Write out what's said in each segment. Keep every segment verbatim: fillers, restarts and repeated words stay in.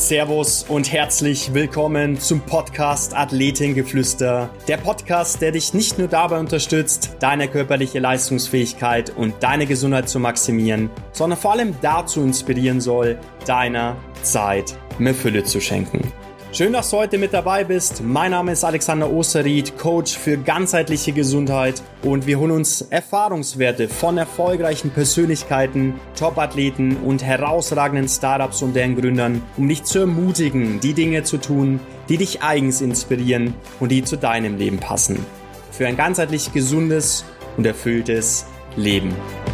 Servus und herzlich willkommen zum Podcast Athletengeflüster. Der Podcast, der dich nicht nur dabei unterstützt, deine körperliche Leistungsfähigkeit und deine Gesundheit zu maximieren, sondern vor allem dazu inspirieren soll, deiner Zeit mehr Fülle zu schenken. Schön, dass du heute mit dabei bist. Mein Name ist Alexander Osterried, Coach für ganzheitliche Gesundheit, und wir holen uns Erfahrungswerte von erfolgreichen Persönlichkeiten, Top-Athleten und herausragenden Startups und deren Gründern, um dich zu ermutigen, die Dinge zu tun, die dich eigens inspirieren und die zu deinem Leben passen. Für ein ganzheitlich gesundes und erfülltes Leben.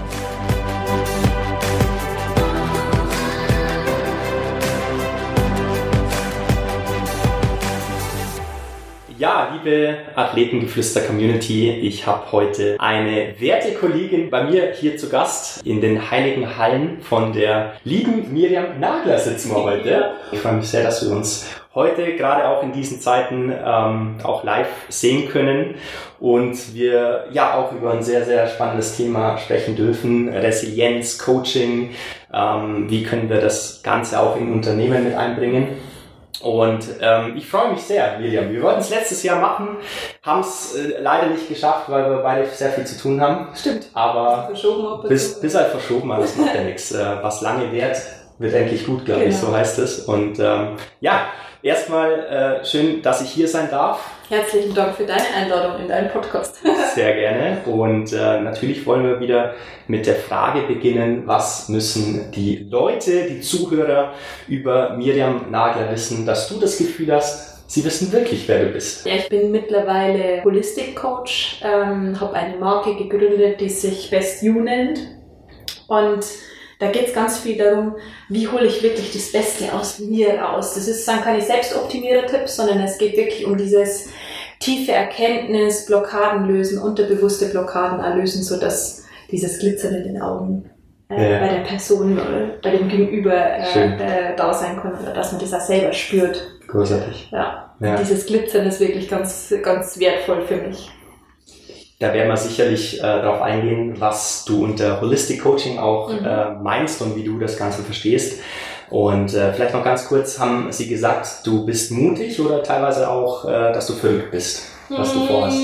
Ja, liebe Athletengeflüster-Community, ich habe heute eine werte Kollegin bei mir hier zu Gast. In den heiligen Hallen von der lieben Miriam Nagler sitzen wir heute. Ich freue mich sehr, dass wir uns heute, gerade auch in diesen Zeiten, ähm, auch live sehen können und wir ja auch über ein sehr, sehr spannendes Thema sprechen dürfen. Resilienz, Coaching, ähm, wie können wir das Ganze auch in Unternehmen mit einbringen. Und ähm, ich freue mich sehr, Miriam. Wir wollten es letztes Jahr machen, haben es äh, leider nicht geschafft, weil wir beide sehr viel zu tun haben. Stimmt. Aber verschoben bis, bis halt verschoben, aber das macht ja nichts. Äh, was lange währt, wird endlich gut, glaube genau. ich, so heißt es. Und ähm, ja, erstmal äh, schön, dass ich hier sein darf. Herzlichen Dank für deine Einladung in deinen Podcast. Sehr gerne. Und äh, natürlich wollen wir wieder mit der Frage beginnen, was müssen die Leute, die Zuhörer über Miriam Nagler wissen, dass du das Gefühl hast, sie wissen wirklich, wer du bist. Ja, ich bin mittlerweile Holistic Coach, ähm, habe eine Marke gegründet, die sich Best You nennt. Und da geht es ganz viel darum, wie hole ich wirklich das Beste aus mir raus. Das ist, sind keine Selbstoptimierer-Tipps, sondern es geht wirklich um dieses tiefe Erkenntnis, Blockaden lösen, unterbewusste Blockaden erlösen, sodass dieses Glitzern in den Augen äh, ja. bei der Person oder bei dem Gegenüber äh, äh, da sein kann, oder dass man das auch selber spürt. Großartig. Ja. Ja. Dieses Glitzern ist wirklich ganz, ganz wertvoll für mich. Da werden wir sicherlich äh, darauf eingehen, was du unter Holistic Coaching auch mhm. äh, meinst und wie du das Ganze verstehst. Und äh, vielleicht noch ganz kurz, haben Sie gesagt, du bist mutig oder teilweise auch, äh, dass du verrückt bist, was du vorhast?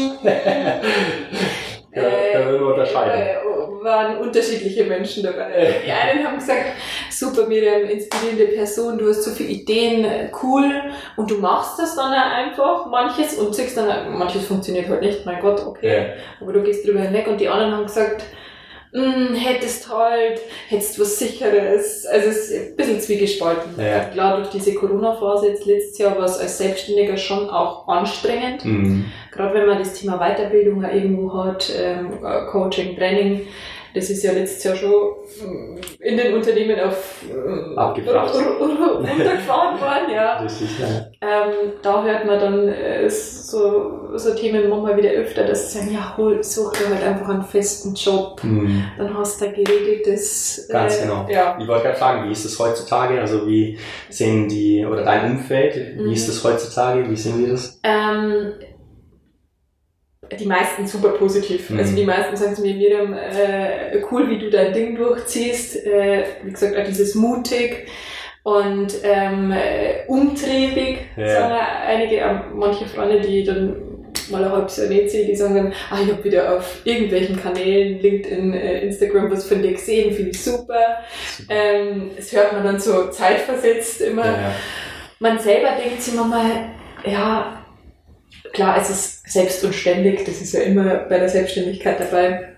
Ja, da würden wir unterscheiden. Äh, waren unterschiedliche Menschen dabei. Die einen haben gesagt, super Miriam, inspirierende Person, du hast so viele Ideen, cool, und du machst das dann einfach, manches, und siehst dann, manches funktioniert halt nicht, mein Gott, okay, ja. aber du gehst drüber hinweg. Und die anderen haben gesagt, Mm, hättest halt, hättest was Sicheres, also es ist ein bisschen zwiegespalten. Ja. Klar, durch diese Corona-Phase jetzt letztes Jahr war es als Selbstständiger schon auch anstrengend. Mhm. Gerade wenn man das Thema Weiterbildung auch irgendwo hat, ähm, Coaching, Training, das ist ja letztes Jahr schon in den Unternehmen auf abgebracht runtergefahren worden, ja. Richtig, ja. Ähm, da hört man dann äh, so, so Themen manchmal wieder öfter, dass sie sagen, ja, hol, such dir halt einfach einen festen Job, mhm. dann hast du ein geregeltes... Äh, Ganz genau. Ja. Ich wollte gerade fragen, wie ist das heutzutage? Also wie sehen die, oder dein Umfeld, wie mhm. ist das heutzutage? Wie sehen die das? Ähm, Die meisten super positiv. Mhm. Also die meisten sagen zu mir, Miriam, äh, cool, wie du dein Ding durchziehst. Äh, wie gesagt, auch dieses mutig und ähm, äh, umtriebig, ja. sagen einige, äh, manche Freunde, die dann mal ein halbes Jahr nicht sehen, die sagen dann, ah, ich habe wieder auf irgendwelchen Kanälen, LinkedIn, äh, Instagram, was von dir gesehen, finde ich super. super. Ähm, das hört man dann so zeitversetzt immer. Ja. Man selber denkt sich manchmal, ja, klar, es ist selbst und ständig, das ist ja immer bei der Selbstständigkeit dabei.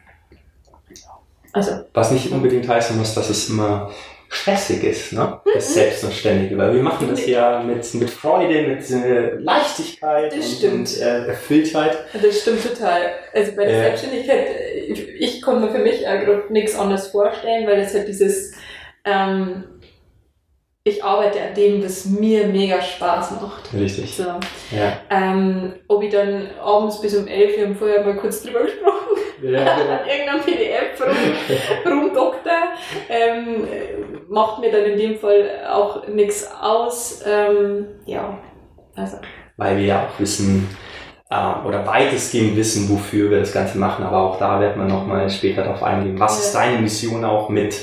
Also. Was nicht unbedingt heißen muss, dass es immer stressig ist, ne? Das mhm. Selbst und Ständige, weil wir machen das ja mit, mit Freude, mit äh, Leichtigkeit das und, und äh, Erfülltheit. Das stimmt total. Also bei der äh. Selbstständigkeit, ich, ich kann mir für mich auch gerade nichts anderes vorstellen, weil das halt dieses ähm, ich arbeite an dem, was mir mega Spaß macht. Richtig. So. Ja. Ähm, ob ich dann abends bis um elf, wir haben vorher mal kurz drüber gesprochen, ja, genau. an irgendeinem P D F rum, rumdokter, ähm, macht mir dann in dem Fall auch nichts aus. Ähm, ja, also. Weil wir ja auch wissen, äh, oder weitestgehend wissen, wofür wir das Ganze machen, aber auch da wird man nochmal später darauf eingehen. Was ja. ist deine Mission auch mit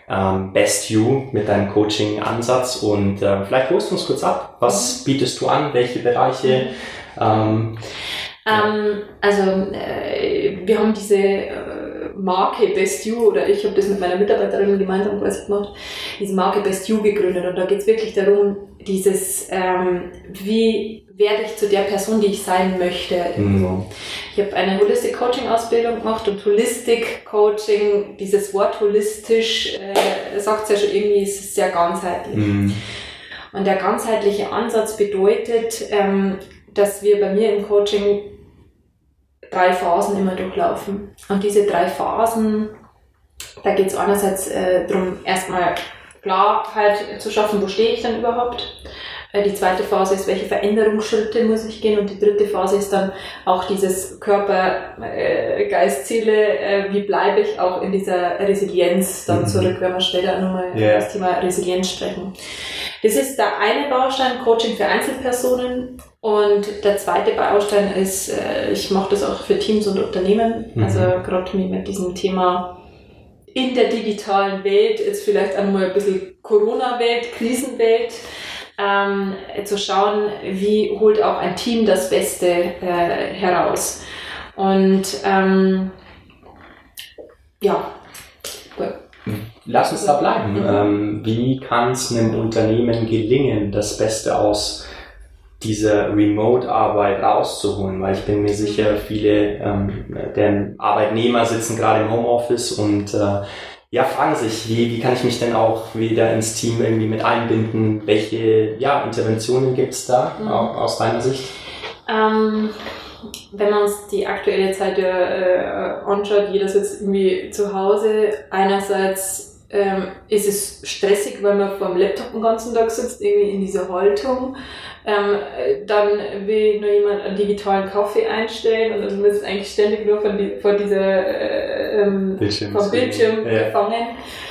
ähm, Best You mit deinem Coaching-Ansatz und äh, vielleicht holst du uns kurz ab. Was bietest du an? Welche Bereiche? Ähm, ähm, also äh, wir haben diese äh, Marke Best You, oder ich habe das mit meiner Mitarbeiterin gemeinsam quasi gemacht, diese Marke Best You gegründet, und da geht es wirklich darum, dieses, ähm, wie werde ich zu der Person, die ich sein möchte. Mhm. Ich habe eine Holistic Coaching Ausbildung gemacht, und Holistic Coaching, dieses Wort holistisch, äh, sagt es ja schon irgendwie, ist es sehr ganzheitlich. Mhm. Und der ganzheitliche Ansatz bedeutet, ähm, dass wir bei mir im Coaching drei Phasen immer durchlaufen. Und diese drei Phasen, da geht es einerseits äh, darum, erstmal Klarheit zu schaffen, wo stehe ich denn überhaupt. Äh, die zweite Phase ist, welche Veränderungsschritte muss ich gehen. Und die dritte Phase ist dann auch dieses Körper, äh, Geist, Ziele, äh, wie bleibe ich auch in dieser Resilienz dann mhm. zurück, wenn wir später nochmal yeah. über das Thema Resilienz sprechen. Das ist der eine Baustein, Coaching für Einzelpersonen. Und der zweite Baustein ist, äh, ich mache das auch für Teams und Unternehmen. Mhm. Also gerade mit diesem Thema in der digitalen Welt, jetzt vielleicht einmal ein bisschen Corona-Welt, Krisenwelt, ähm, zu schauen, wie holt auch ein Team das Beste äh, heraus. Und ähm, ja, gut. Lass uns da bleiben. Mhm. Ähm, wie kann es einem Unternehmen gelingen, das Beste aus dieser Remote-Arbeit rauszuholen? Weil ich bin mir sicher, viele ähm, der Arbeitnehmer sitzen gerade im Homeoffice und äh, ja, fragen sich, wie, wie kann ich mich denn auch wieder ins Team irgendwie mit einbinden? Welche ja, Interventionen gibt es da mhm. aus deiner Sicht? Ähm, wenn man uns die aktuelle Zeit äh, anschaut, jeder sitzt irgendwie zu Hause. Einerseits ähm, ist es stressig, weil man vor dem Laptop den ganzen Tag sitzt, irgendwie in dieser Haltung. Ähm, dann will nur jemand einen digitalen Kaffee einstellen, und dann wird es eigentlich ständig nur von die, vor dieser äh, ähm, vom Bildschirm ja. gefangen.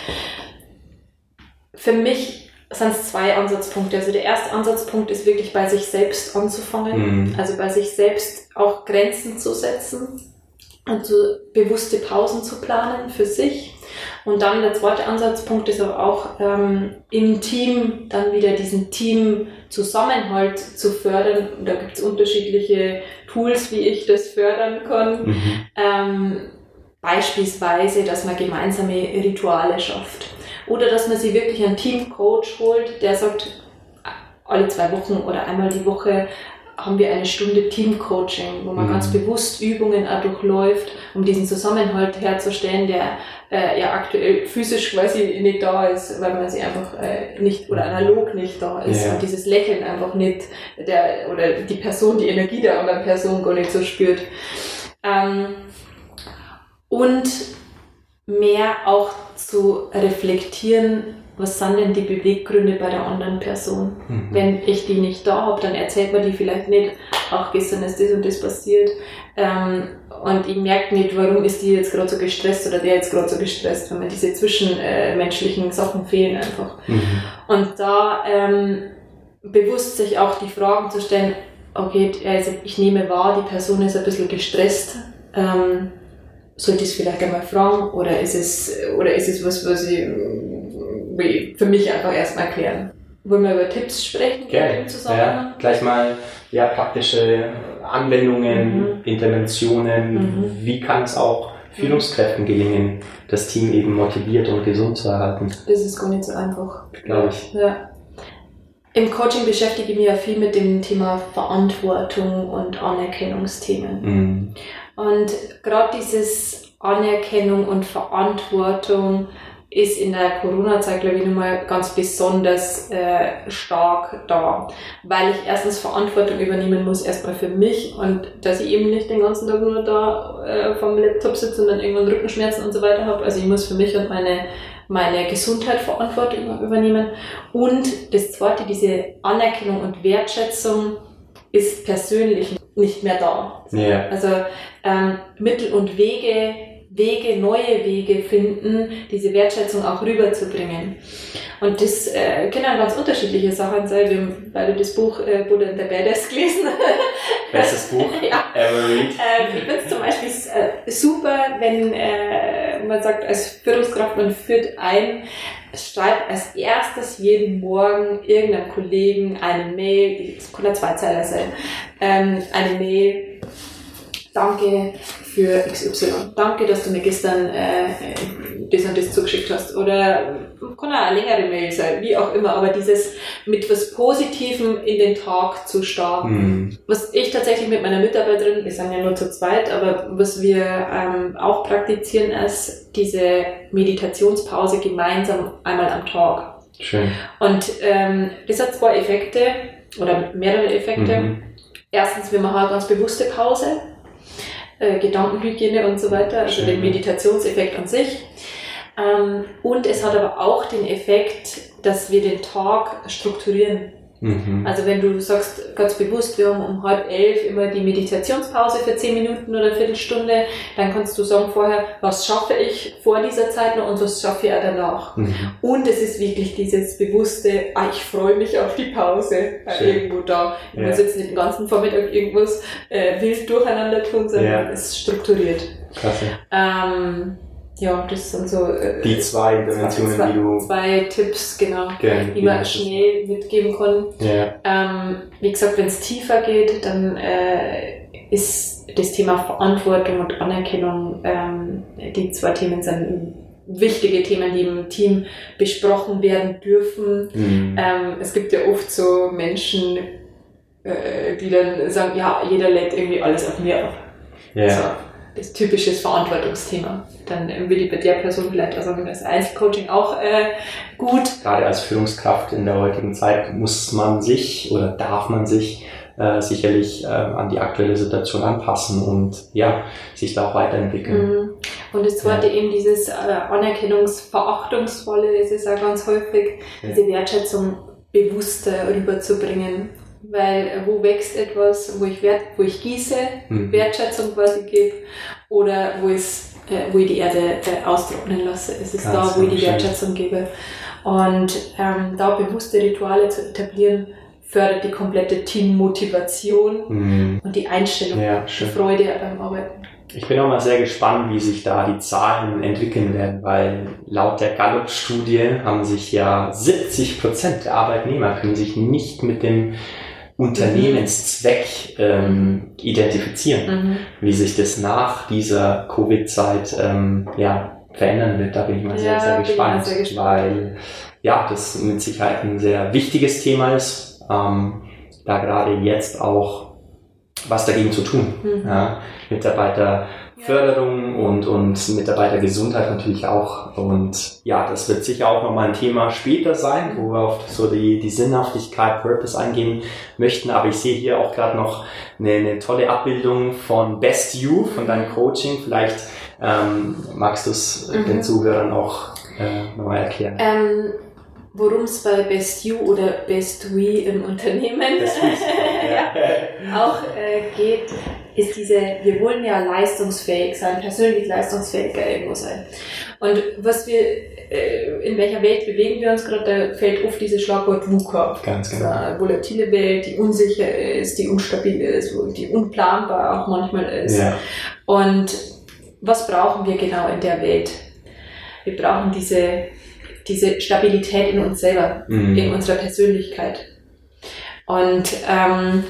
Für mich sind es zwei Ansatzpunkte. Also der erste Ansatzpunkt ist wirklich bei sich selbst anzufangen, mhm. also bei sich selbst auch Grenzen zu setzen und so bewusste Pausen zu planen für sich. Und dann der zweite Ansatzpunkt ist aber auch ähm, im Team dann wieder diesen Teamzusammenhalt zu fördern. Und da gibt es unterschiedliche Tools, wie ich das fördern kann. Mhm. Ähm, beispielsweise, dass man gemeinsame Rituale schafft. Oder dass man sich wirklich einen Teamcoach holt, der sagt, alle zwei Wochen oder einmal die Woche haben wir eine Stunde Teamcoaching, wo man mhm. ganz bewusst Übungen auch durchläuft, um diesen Zusammenhalt herzustellen, der äh, ja aktuell physisch quasi nicht da ist, weil man sie einfach äh, nicht oder analog nicht da ist ja. und dieses Lächeln einfach nicht, der oder die Person, die Energie der anderen Person gar nicht so spürt. Ähm, und mehr auch zu reflektieren, was sind denn die Beweggründe bei der anderen Person? Mhm. Wenn ich die nicht da habe, dann erzählt man die vielleicht nicht, auch gestern ist das und das passiert. Ähm, und ich merke nicht, warum ist die jetzt gerade so gestresst oder der jetzt gerade so gestresst, wenn mir diese zwischenmenschlichen Sachen fehlen einfach. Mhm. Und da ähm, bewusst sich auch die Fragen zu stellen, okay, also ich nehme wahr, die Person ist ein bisschen gestresst, ähm, sollte ich es vielleicht einmal fragen, oder ist es, oder ist es was, was ich für mich einfach erstmal klären. Wollen wir über Tipps sprechen? Gerne. Im Zusammenhang? Ja, gleich mal ja, praktische Anwendungen, mhm. Interventionen. Mhm. Wie kann es auch Führungskräften gelingen, das Team eben motiviert und gesund zu erhalten? Das ist gar nicht so einfach. Glaube ich. Ja. Im Coaching beschäftige ich mich ja viel mit dem Thema Verantwortung und Anerkennungsthemen. Mhm. Und gerade dieses Anerkennung und Verantwortung ist in der Corona-Zeit, glaube ich, nochmal ganz besonders äh, stark da, weil ich erstens Verantwortung übernehmen muss, erstmal für mich, und dass ich eben nicht den ganzen Tag nur da äh, vom Laptop sitze und dann irgendwann Rückenschmerzen und so weiter habe. Also ich muss für mich und meine, meine Gesundheit Verantwortung übernehmen. Und das Zweite, diese Anerkennung und Wertschätzung ist persönlich nicht mehr da. Ja. Also ähm, Mittel und Wege, Wege, neue Wege finden, diese Wertschätzung auch rüberzubringen. Und das äh, können ganz unterschiedliche Sachen sein. Wir haben beide das Buch äh, Buddha and the Badass gelesen. Bestes Buch ja. ever read. Äh, ich finde es zum Beispiel äh, super, wenn äh, immer sagt, als Führungskraft, man führt ein, schreibt als erstes jeden Morgen irgendeinem Kollegen eine Mail, das kann ein Zweizeiler sein, ähm, eine Mail, danke für X Y, danke, dass du mir gestern äh, das und das zugeschickt hast, oder kann auch eine längere Mail sein, wie auch immer, aber dieses mit was Positivem in den Tag zu starten. Mhm. Was ich tatsächlich mit meiner Mitarbeiterin, wir sind ja nur zu zweit, aber was wir ähm, auch praktizieren, ist diese Meditationspause gemeinsam einmal am Tag. Schön. Und ähm, das hat zwei Effekte, oder mehrere Effekte. Mhm. Erstens, wir machen eine ganz bewusste Pause, äh, Gedankenhygiene und so weiter, also Schön. Den Meditationseffekt an sich. Ähm, und es hat aber auch den Effekt, dass wir den Tag strukturieren. Mhm. Also wenn du sagst, ganz bewusst, wir haben um halb elf immer die Meditationspause für zehn Minuten oder eine Viertelstunde, dann kannst du sagen vorher, was schaffe ich vor dieser Zeit noch und was schaffe ich auch danach. Mhm. Und es ist wirklich dieses bewusste, ah, ich freue mich auf die Pause, äh, irgendwo da. Ich ja. muss jetzt nicht den ganzen Vormittag irgendwas äh, wild durcheinander tun, sondern ja. es ist strukturiert. Klasse. Ähm, Ja, das sind so äh, die zwei Interventionen, zwei, die du... Zwei Tipps, genau, die man schnell mitgeben kann. Ja. Ähm, wie gesagt, wenn es tiefer geht, dann äh, ist das Thema Verantwortung und Anerkennung, ähm, die zwei Themen sind wichtige Themen, die im Team besprochen werden dürfen. Mhm. Ähm, es gibt ja oft so Menschen, äh, die dann sagen, ja, jeder lädt irgendwie alles auf mir ab. Ja. So. Das typische Verantwortungsthema. Dann würde ich bei der Person vielleicht auch sagen, das Einzelcoaching auch äh, gut. Gerade als Führungskraft in der heutigen Zeit muss man sich oder darf man sich äh, sicherlich äh, an die aktuelle Situation anpassen und ja, sich da auch weiterentwickeln. Und das zweite ja. eben dieses äh, Anerkennungsverachtungsvolle, das ist auch ganz häufig, ja. diese Wertschätzung bewusster rüberzubringen. Weil wo wächst etwas, wo ich Wert, wo ich gieße, mhm. Wertschätzung quasi gebe, oder wo, es, äh, wo ich die Erde äh, austrocknen lasse. Es ist Ganz da, wo ich die schön. Wertschätzung gebe. Und ähm, da bewusste Rituale zu etablieren, fördert die komplette Teammotivation mhm. und die Einstellung, ja, die Freude beim Arbeiten. Ich bin auch mal sehr gespannt, wie sich da die Zahlen entwickeln werden, weil laut der Gallup-Studie haben sich ja siebzig Prozent der Arbeitnehmer können sich nicht mit dem Unternehmenszweck ähm, identifizieren. Mhm. Wie sich das nach dieser Covid-Zeit ähm, ja, verändern wird, da bin ich mal sehr, ja, sehr, gespannt, sehr gespannt, weil ja, das mit Sicherheit ein sehr wichtiges Thema ist, ähm, da gerade jetzt auch was dagegen zu tun. Mhm. Ja, Mitarbeiterförderung und, und Mitarbeitergesundheit natürlich auch. Und ja, das wird sicher auch nochmal ein Thema später sein, wo wir auf so die, die Sinnhaftigkeit, Purpose eingehen möchten. Aber ich sehe hier auch gerade noch eine, eine tolle Abbildung von Best You, von deinem Coaching. Vielleicht ähm, magst du es mhm. den Zuhörern auch äh, nochmal erklären. Ähm Worum es bei Best You oder Best We im Unternehmen ja, auch äh, geht, ist diese, wir wollen ja leistungsfähig sein, persönlich leistungsfähiger irgendwo sein. Und was wir, äh, in welcher Welt bewegen wir uns gerade, da fällt oft dieses Schlagwort VUCA. Ganz genau. Eine volatile Welt, die unsicher ist, die unstabil ist, die unplanbar auch manchmal ist. Ja. Und was brauchen wir genau in der Welt? Wir brauchen diese diese Stabilität in uns selber, mhm. in unserer Persönlichkeit. Und ähm,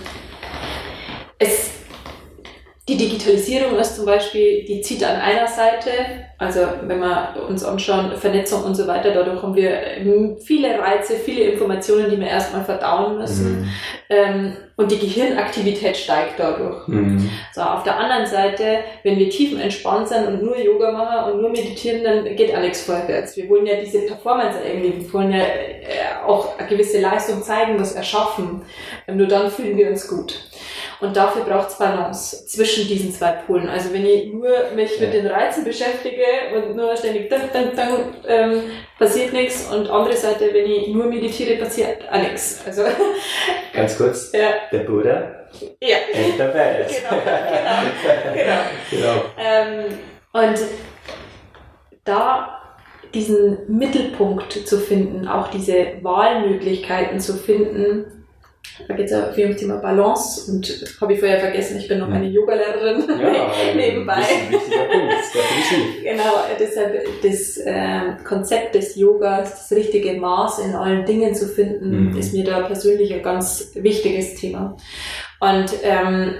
es, die Digitalisierung ist zum Beispiel, die zieht an einer Seite, also wenn wir uns anschauen, Vernetzung und so weiter, dadurch haben wir viele Reize, viele Informationen, die wir erstmal verdauen müssen. Mhm. Ähm, und die Gehirnaktivität steigt dadurch. Mhm. So, auf der anderen Seite, wenn wir tiefenentspannt sind und nur Yoga machen und nur meditieren, dann geht auch nichts vorwärts. Wir wollen ja diese Performance irgendwie, wir wollen ja äh, auch eine gewisse Leistung zeigen, was erschaffen. Nur dann fühlen wir uns gut. Und dafür braucht es Balance zwischen diesen zwei Polen. Also wenn ich nur mich mit den Reizen beschäftige und nur ständig dann, dann, dann ähm, passiert nichts, und andere Seite, wenn ich nur meditiere, passiert auch nichts. Also ganz kurz, ja. Der Buddha ja. in der Welt. Genau, genau, genau. genau. Ähm, und da diesen Mittelpunkt zu finden, auch diese Wahlmöglichkeiten zu finden, Da geht es ja viel ums Thema Balance und habe ich vorher vergessen, ich bin noch eine Yogalehrerin ja, nebenbei. Ein wichtiger Punkt, definitiv. Genau, deshalb das äh, Konzept des Yogas, das richtige Maß in allen Dingen zu finden, mhm. ist mir da persönlich ein ganz wichtiges Thema. Und ähm,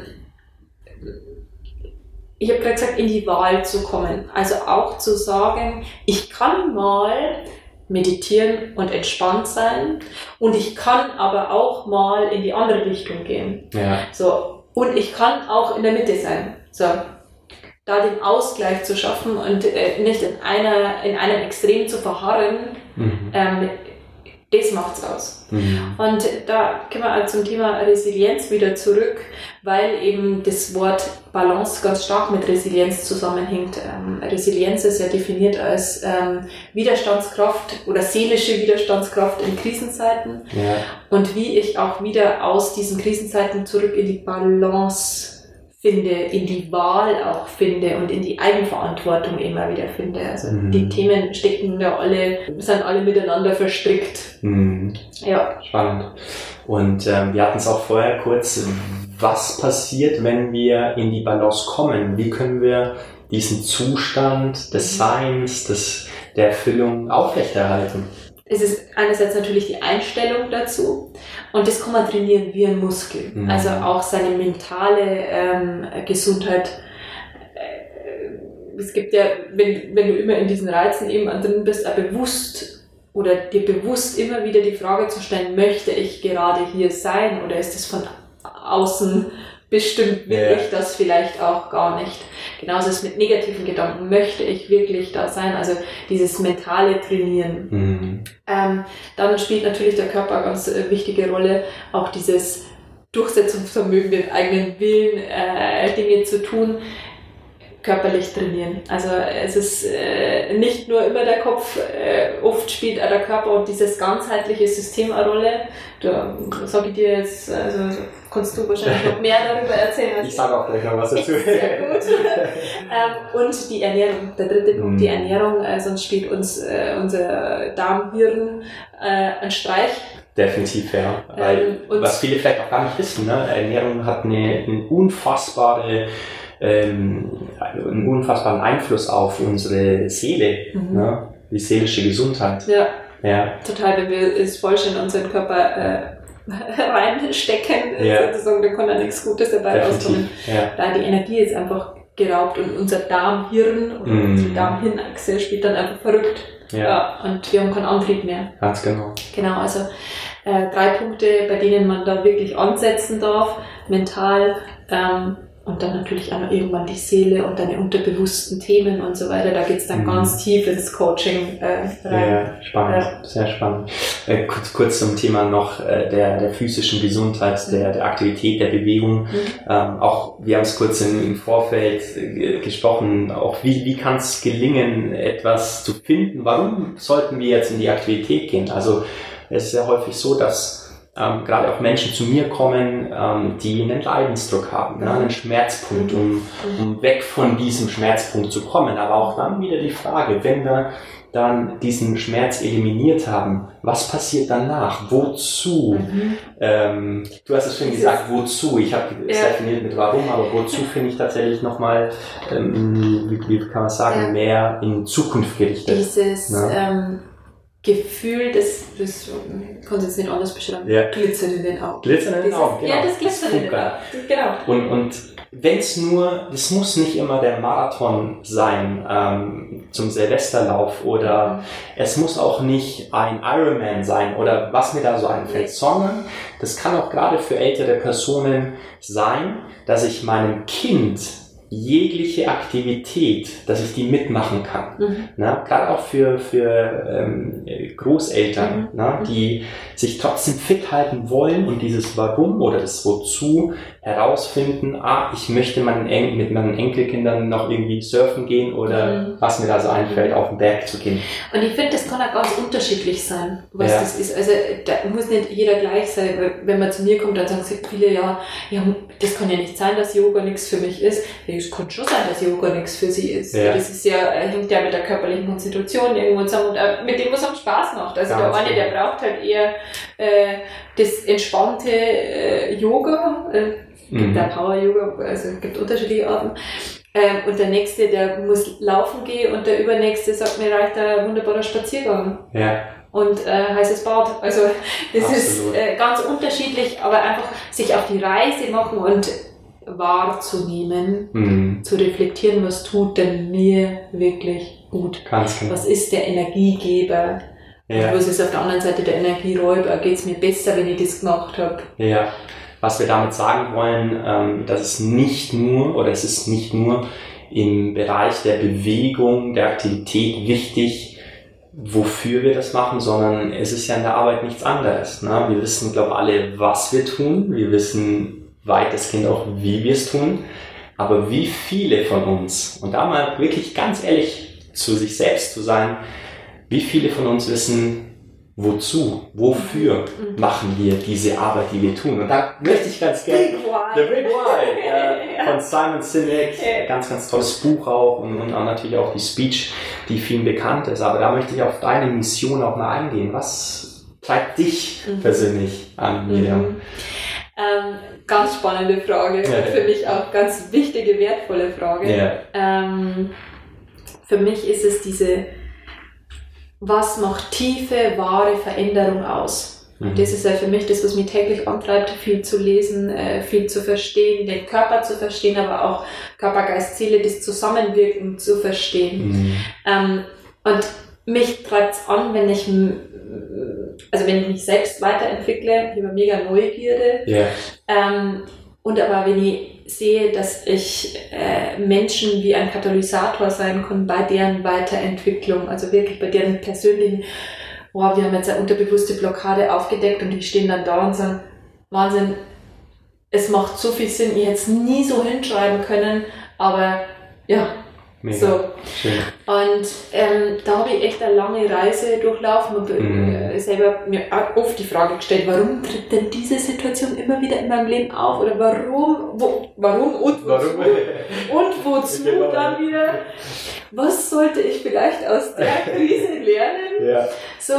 ich habe gerade gesagt, in die Wahl zu kommen. Also auch zu sagen, ich kann mal meditieren und entspannt sein und ich kann aber auch mal in die andere Richtung gehen. Ja. So, und ich kann auch in der Mitte sein. So, da den Ausgleich zu schaffen und äh, nicht in einer in einem Extrem zu verharren, mhm. ähm, das macht's aus. Mhm. Und da kommen wir zum Thema Resilienz wieder zurück, weil eben das Wort Balance ganz stark mit Resilienz zusammenhängt. Ähm, Resilienz ist ja definiert als ähm, Widerstandskraft oder seelische Widerstandskraft in Krisenzeiten. Ja. Und wie ich auch wieder aus diesen Krisenzeiten zurück in die Balance finde, in die Wahl auch finde und in die Eigenverantwortung immer wieder finde. Also mhm. die Themen stecken da alle, sind alle miteinander verstrickt. Mhm. Ja. Spannend. Und ähm, wir hatten es auch vorher kurz, was passiert, wenn wir in die Balance kommen? Wie können wir diesen Zustand des Seins, des, der Erfüllung aufrechterhalten? Es ist einerseits natürlich die Einstellung dazu und das kann man trainieren wie ein Muskel. Mhm. Also auch seine mentale ähm, Gesundheit. Äh, es gibt ja, wenn, wenn du immer in diesen Reizen eben drin bist, auch bewusst oder dir bewusst immer wieder die Frage zu stellen, möchte ich gerade hier sein oder ist es von außen bestimmt, will ja. ich das vielleicht auch gar nicht. Genauso ist es mit negativen Gedanken, möchte ich wirklich da sein, also dieses mentale Trainieren. Mhm. Ähm, dann spielt natürlich der Körper eine ganz äh, wichtige Rolle, auch dieses Durchsetzungsvermögen, den eigenen Willen, äh, Dinge zu tun, körperlich trainieren. Also es ist äh, nicht nur immer der Kopf, äh, oft spielt auch der Körper und dieses ganzheitliche System eine Rolle. Da sage ich dir jetzt, also kannst du wahrscheinlich noch mehr darüber erzählen. Als ich sage auch gleich noch was dazu. Sehr gut. ähm, und die Ernährung, der dritte Punkt, mm. die Ernährung, äh, sonst spielt uns äh, unser Darmhirn äh, einen Streich. Definitiv, ja. Weil, ähm, was viele vielleicht auch gar nicht wissen, ne? Ernährung hat eine, eine unfassbare Ähm, einen unfassbaren Einfluss auf unsere Seele, mhm. ne? Die seelische Gesundheit. Ja, ja. Total, wenn wir es falsch in unseren Körper äh, reinstecken, ja. sozusagen, dann kann da nichts Gutes dabei rauskommen. Ja. Da die Energie ist einfach geraubt und unser Darmhirn oder mhm. unsere Darmhirnachse spielt dann einfach verrückt. Ja. Ja, und wir haben keinen Antrieb mehr. Ganz genau. Genau, also äh, drei Punkte, bei denen man da wirklich ansetzen darf, mental, ähm, und dann natürlich auch noch irgendwann die Seele und deine unterbewussten Themen und so weiter. Da geht's dann mhm. ganz tief ins Coaching äh, rein. Ja, spannend, ja. Sehr spannend. Äh, kurz, kurz zum Thema noch äh, der, der physischen Gesundheit, mhm. der, der Aktivität, der Bewegung. Mhm. Ähm, auch wir haben es kurz im, im Vorfeld äh, gesprochen, auch wie, wie kann es gelingen, etwas zu finden? Warum sollten wir jetzt in die Aktivität gehen? Also es ist ja häufig so, dass Ähm, gerade auch Menschen zu mir kommen, ähm, die einen Leidensdruck haben, ne, einen Schmerzpunkt, um, um weg von diesem Schmerzpunkt zu kommen. Aber auch dann wieder die Frage, wenn wir dann diesen Schmerz eliminiert haben, was passiert danach? Wozu? Mhm. Ähm, du hast es schon gesagt, wozu? Ich habe es ja. definiert mit warum, aber wozu finde ich tatsächlich nochmal, ähm, wie, wie kann man sagen, ja. mehr in Zukunft gerichtet. Dieses ne? ähm Gefühl, das, das kann ich jetzt nicht anders beschreiben, ja. Glitzern in den Augen. Glitzern in den das Augen, ist, genau. Ja, das Glitzern in den Augen, genau. Und, und wenn es nur, das muss nicht immer der Marathon sein ähm, zum Silvesterlauf oder mhm. es muss auch nicht ein Ironman sein oder was mir da so einfällt, mhm. sondern das kann auch gerade für ältere Personen sein, dass ich meinem Kind jegliche Aktivität, dass ich die mitmachen kann. Mhm. Na, gerade auch für, für ähm, Großeltern, mhm. na, die sich trotzdem fit halten wollen und dieses Warum oder das Wozu herausfinden, ah, ich möchte meinen En- mit meinen Enkelkindern noch irgendwie surfen gehen oder mhm. was mir da so einfällt, auf den Berg zu gehen. Und ich finde, das kann auch ganz unterschiedlich sein, was ja. das ist. Also da muss nicht jeder gleich sein, weil wenn man zu mir kommt, dann sagen sie viele, ja, ja, das kann ja nicht sein, dass Yoga nichts für mich ist. Ja, es kann schon sein, dass Yoga nichts für sie ist. Ja. Das ist ja, hängt ja mit der körperlichen Konstitution irgendwo zusammen und auch mit dem, was am Spaß macht. Also Ganz der eine, der braucht halt eher äh, das entspannte äh, Yoga, äh, gibt da Power-Yoga, also es gibt unterschiedliche Arten. Ähm, und der nächste, der muss laufen gehen und der übernächste sagt, mir reicht ein wunderbarer Spaziergang. Ja. Und äh, heißes Bad. Also das Absolut. ist äh, ganz unterschiedlich, aber einfach sich auf die Reise machen und wahrzunehmen, Mhm. zu reflektieren, was tut denn mir wirklich gut. Ganz genau. Was ist der Energiegeber? Ja. Und was ist auf der anderen Seite der Energieräuber? Geht es mir besser, wenn ich das gemacht habe? Ja. Was wir damit sagen wollen, ähm, dass es nicht nur, oder es ist nicht nur im Bereich der Bewegung, der Aktivität wichtig, wofür wir das machen, sondern es ist ja in der Arbeit nichts anderes. Ne? Wir wissen, glaube ich, alle, was wir tun. Wir wissen weitestgehend auch, wie wir es tun. Aber wie viele von uns, und da mal wirklich ganz ehrlich zu sich selbst zu sein, wie viele von uns wissen, wozu, wofür Mhm. machen wir diese Arbeit, die wir tun. Und da möchte ich ganz gerne... Big Why. The Big Why äh, Ja. von Simon Sinek, Ja. ganz, ganz tolles Buch auch und, und auch natürlich auch die Speech, die vielen bekannt ist. Aber da möchte ich auf deine Mission auch mal eingehen. Was treibt dich Mhm. persönlich an, Miriam? Mhm. Ähm, ganz spannende Frage. Ja. Für mich auch ganz wichtige, wertvolle Frage. Ja. Ähm, für mich ist es diese, was macht tiefe, wahre Veränderung aus? Mhm. Das ist ja für mich das, was mich täglich antreibt, viel zu lesen, äh, viel zu verstehen, den Körper zu verstehen, aber auch Körper, Geist, Seele, das Zusammenwirken zu verstehen. Mhm. Ähm, und mich treibt es an, wenn ich, m- also wenn ich mich selbst weiterentwickle, ich habe mega Neugierde, Ja. ähm, und aber wenn ich sehe, dass ich äh, Menschen wie ein Katalysator sein kann bei deren Weiterentwicklung, also wirklich bei deren persönlichen, wow, wir haben jetzt eine unterbewusste Blockade aufgedeckt und die stehen dann da und sagen, Wahnsinn, es macht so viel Sinn, ich hätte es nie so hinschreiben können, aber ja, Mega. so. Schön. Und ähm, da habe ich echt eine lange Reise durchlaufen und Mhm. äh, selber mir auch oft die Frage gestellt, warum tritt denn diese Situation immer wieder in meinem Leben auf? Oder warum, wo, warum und wozu? Warum? Und wozu Genau. dann wieder? Was sollte ich vielleicht aus der Krise lernen? Ja. So.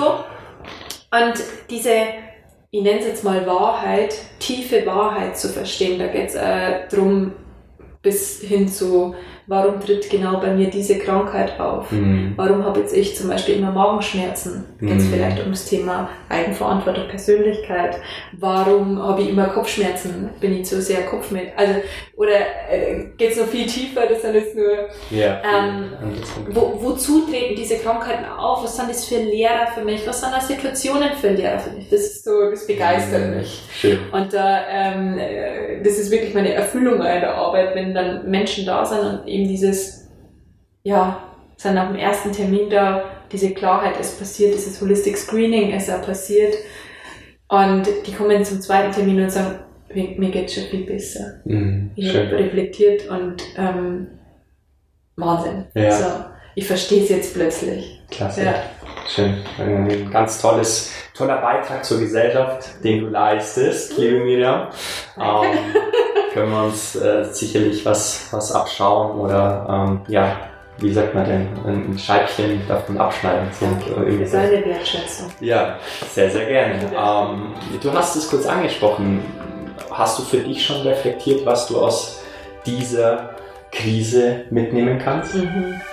Und diese, ich nenne es jetzt mal Wahrheit, tiefe Wahrheit zu verstehen, da geht es äh, darum, bis hin zu, warum tritt genau bei mir diese Krankheit auf? Mhm. Warum habe jetzt ich zum Beispiel immer Magenschmerzen? Geht es Mhm. vielleicht ums Thema Eigenverantwortung, Persönlichkeit? Warum habe ich immer Kopfschmerzen? Bin ich zu sehr Kopfschmerz? Also, oder äh, geht es noch viel tiefer? Das sind jetzt nur, Ja. Ähm, wo, wozu treten diese Krankheiten auf? Was sind das für Lehrer für mich? Was sind das Situationen für Lehrer für mich? Das ist so, das begeistert Mhm. mich. Schön. Und da, ähm, äh, das ist wirklich meine Erfüllung meiner Arbeit, wenn dann Menschen da sind und eben dieses, ja, sind nach dem ersten Termin da, diese Klarheit ist passiert, dieses Holistic Screening ist auch passiert. Und die kommen zum zweiten Termin und sagen, mir, mir geht's schon viel besser. Mhm. Ich Schön. habe reflektiert und ähm, Wahnsinn. Ja. So, ich verstehe es jetzt plötzlich. Klasse. Ja. Schön. Ein ganz tolles, toller Beitrag zur Gesellschaft, den du leistest, liebe Miriam. Danke. Ähm, können wir uns äh, sicherlich was, was abschauen oder, ähm, ja, wie sagt man denn, ein Scheibchen davon abschneiden. So, äh, irgendwie so. Seine Wertschätzung. Ja, sehr, sehr gerne. Ja. Ähm, du hast es kurz angesprochen. Hast du für dich schon reflektiert, was du aus dieser Krise mitnehmen kannst? Mhm.